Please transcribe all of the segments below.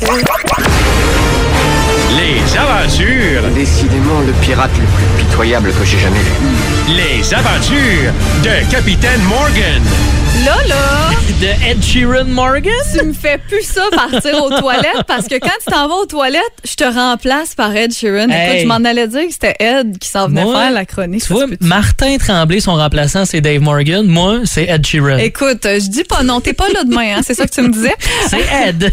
Les aventures. Décidément le pirate le plus pitoyable que j'ai jamais vu. Les aventures de Capitaine Morgan. Là, De Ed Sheeran Morgan? tu me fais plus ça partir aux toilettes parce que quand tu t'en vas aux toilettes, je te remplace par Ed Sheeran. Hey. Écoute, je m'en allais dire que c'était Ed qui s'en venait Moi, faire la chronique. Tu vois, Martin Tremblay, son remplaçant, c'est Dave Morgan. Moi, c'est Ed Sheeran. Écoute, je dis pas non, t'es pas là demain, hein? C'est ça que tu me disais? C'est Ed.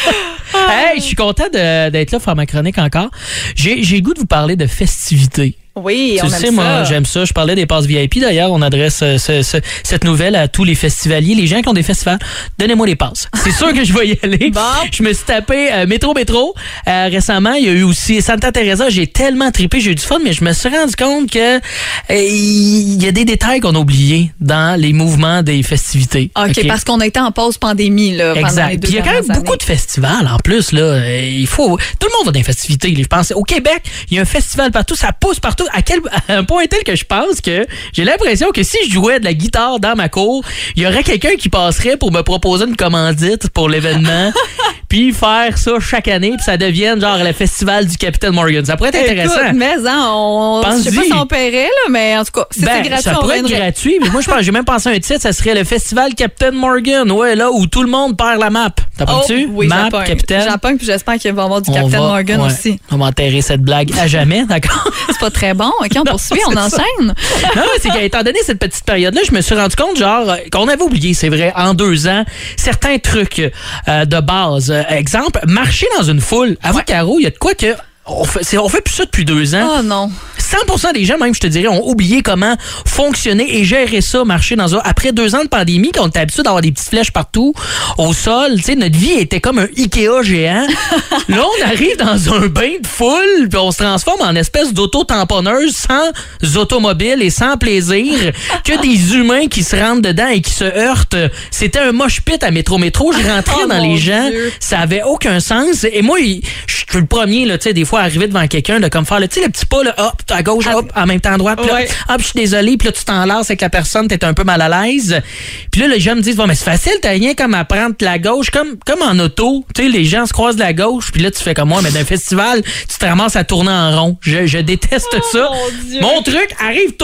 Hey, je suis content d'être là pour faire ma chronique encore. J'ai le goût de vous parler de festivités. Oui, Tu on le aime sais, ça. moi, j'aime ça. Je parlais des passes VIP. D'ailleurs, on adresse cette nouvelle à tous les festivaliers. Les gens qui ont des festivals, donnez-moi les passes. C'est sûr que je vais y aller. Bon. Je me suis tapé Métro. Récemment, il y a eu aussi Santa Teresa. J'ai tellement trippé, j'ai eu du fun, mais je me suis rendu compte que il y a des détails qu'on a oubliés dans les mouvements des festivités. OK, parce qu'on a été en pause pandémie là, pendant les Exact. 2 Puis il y a quand même dernières beaucoup années. de festivals en plus là. Il faut tout le monde va dans les festivités. Je pense au Québec, il y a un festival partout, ça pousse partout. À un point tel que je pense que j'ai l'impression que si je jouais de la guitare dans ma cour, il y aurait quelqu'un qui passerait pour me proposer une commandite pour l'événement, puis faire ça chaque année, puis ça devienne genre le festival du Capitaine Morgan. Ça pourrait être intéressant. Écoute, mais je sais pas Pense-y. si on paierait, là, mais en tout cas, si c'est gratuit, ça on pourrait être viendrait. gratuit, mais moi j'ai même pensé à un titre, ça serait le festival Captain Morgan, ouais, là où tout le monde perd la map. T'as pas dessus? Oui, Map, j'appogne. Capitaine. J'appogne, puis j'espère qu'il va y avoir du On Captain va- Morgan ouais, aussi. On va enterrer cette blague à jamais, d'accord? C'est pas très bon. OK, on poursuit, on c'est ça. enchaîne. Non, c'est qu'étant donné cette petite période-là, je me suis rendu compte, genre, qu'on avait oublié, c'est vrai, en 2 ans, certains trucs de base. Exemple, marcher dans une foule. Avoue, Caro, il y a de quoi que... On fait plus ça depuis 2 ans. Oh non. 100% des gens, même, je te dirais, ont oublié comment fonctionner et gérer ça, marcher dans un... Après 2 ans de pandémie, quand on était habitué d'avoir des petites flèches partout, au sol, tu sais, notre vie était comme un Ikea géant. Là, on arrive dans un bain de foule, puis on se transforme en espèce d'auto-tamponneuse sans automobile et sans plaisir, que des humains qui se rentrent dedans et qui se heurtent. C'était un mosh pit à Métro. Je rentrais Oh, dans mon les gens, Dieu. ça avait aucun sens. Et moi, je suis le premier, là, tu sais, des fois, arriver devant quelqu'un, de comme faire, tu sais, le petit pas, là, hop, à gauche, hop, en même temps à droite, puis là, Ouais. hop, je suis désolé, puis là, tu t'enlaces avec la personne, t'es un peu mal à l'aise. Puis là, les gens me disent, bon, mais c'est facile, t'as rien comme à prendre la gauche, comme en auto, tu sais, les gens se croisent de la gauche, puis là, tu fais comme moi, mais d'un festival, tu te ramasses à tourner en rond. Je déteste ça. mon Dieu. Mon truc, arrive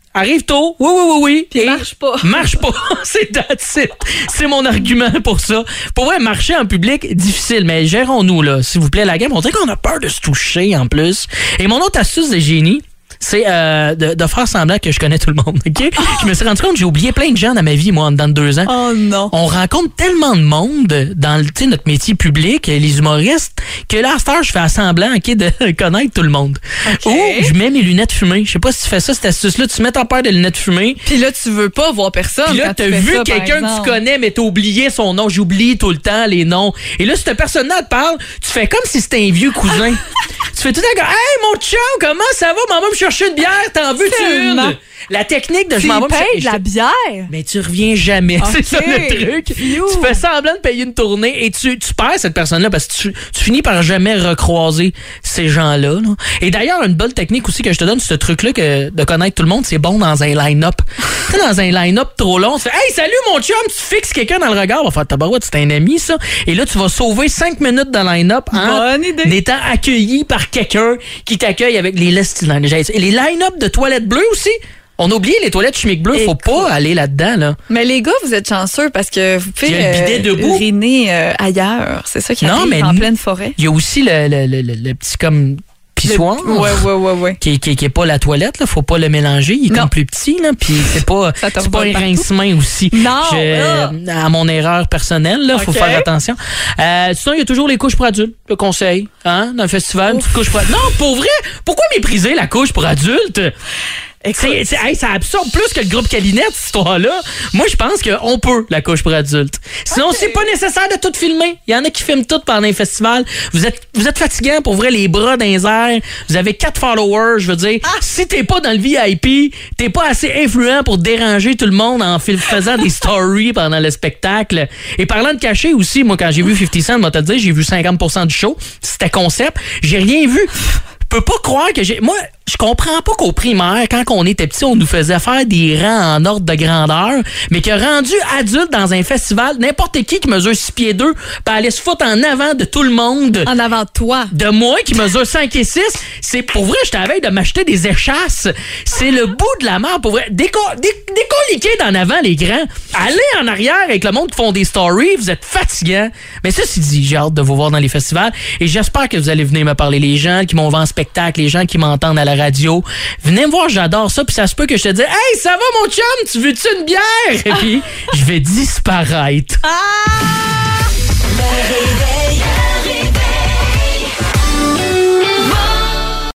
tôt, oui. Puis Et marche pas. Marche pas, c'est that's it. C'est mon argument pour ça. Pour vrai, marcher en public, difficile, mais gérons-nous, là, s'il vous plaît, la game. On dirait qu'on a peur de se toucher, en plus. Et mon autre astuce de génie, c'est de faire semblant que je connais tout le monde, OK? Je me suis rendu compte que j'ai oublié plein de gens dans ma vie, moi, dans 2 ans. Oh non. On rencontre tellement de monde dans notre métier public, les humoristes, que là, à cette heure, je fais semblant de connaître tout le monde. OK. Ou je mets mes lunettes fumées. Je sais pas si tu fais ça, cette astuce-là. Tu mets ta paire de lunettes fumées. Puis là, tu veux pas voir personne. Puis là, quand t'as tu fais vu ça, par quelqu'un que tu exemple. connais, mais t'as oublié son nom. J'oublie tout le temps les noms. Et là, si cette personne-là te parle, tu fais comme si c'était un vieux cousin. Tu fais tout à l'heure, hey, mon chum, comment ça va? Maman me chercher une bière, t'en veux-tu Tellement. une? La technique de Tu je m'en vais me payes chercher- de la bière. mais tu reviens jamais. Ok. C'est ça le truc. Phew. Tu fais semblant de payer une tournée et tu perds cette personne-là parce que tu finis par jamais recroiser ces gens-là. Là. Et d'ailleurs, une bonne technique aussi que je te donne, ce truc-là que de connaître tout le monde, c'est bon dans un line-up. Tu sais, dans un line-up trop long, tu fais « Hey, salut mon chum! » Tu fixes quelqu'un dans le regard, on va faire « Tabarouette, c'est un ami, ça. » Et là, tu vas sauver 5 minutes de line-up en Bonne idée. étant accueilli par quelqu'un qui t'accueille avec les et les line-up de toilettes bleues aussi. On a oublié les toilettes chimiques bleues, faut pas aller là-dedans, là. Mais les gars, vous êtes chanceux parce que vous pouvez Il y a le bidet debout. uriner ailleurs. C'est ça qui Non, arrive mais en nous- pleine forêt. Il y a aussi le petit comme pissoir. Ouais. Qui est pas la toilette, là. Faut pas le mélanger. Il est Non. comme plus petit, là. Puis c'est pas Ça te c'est pas revole un partout. rince-main aussi. Non, À mon erreur personnelle, là. Faut Ok. faire attention. Sinon, il y a toujours les couches pour adultes. Le conseil, hein. Dans le festival, une petite couche pour adultes. Non, pour vrai. Pourquoi mépriser la couche pour adultes? Hey, ça absorbe plus que le groupe Calinette, cette histoire-là. Moi, je pense qu'on peut, la couche pour adultes. Sinon, c'est pas nécessaire de tout filmer. Il y en a qui filment tout pendant les festivals. Vous êtes fatigant, pour vrai, les bras dans les airs. Vous avez 4 followers, je veux dire. Si t'es pas dans le VIP, t'es pas assez influent pour déranger tout le monde en faisant des stories pendant le spectacle. Et parlant de cachet aussi, moi, quand j'ai vu 50 Cent, moi, te dire, j'ai vu 50% du show. C'était concept. J'ai rien vu. Je peux pas croire que moi, je comprends pas qu'au primaire, quand on était petit, on nous faisait faire des rangs en ordre de grandeur, mais que rendu adulte dans un festival, n'importe qui mesure 6 pieds 2 peut aller se foutre en avant de tout le monde. En avant de toi. De moi qui mesure 5 et 6. C'est pour vrai, j'étais à veille de m'acheter des échasses. C'est le bout de la mort pour vrai. Décolliquez d'en avant, les grands. Allez en arrière avec le monde qui font des stories. Vous êtes fatigants. Mais ceci dit, j'ai hâte de vous voir dans les festivals et j'espère que vous allez venir me parler. Les gens qui m'ont vu en spectacle, les gens qui m'entendent à la radio. Venez me voir, j'adore ça. Puis ça se peut que je te dise, hey, ça va mon chum, tu veux-tu une bière? Et puis, je vais disparaître. Le réveil.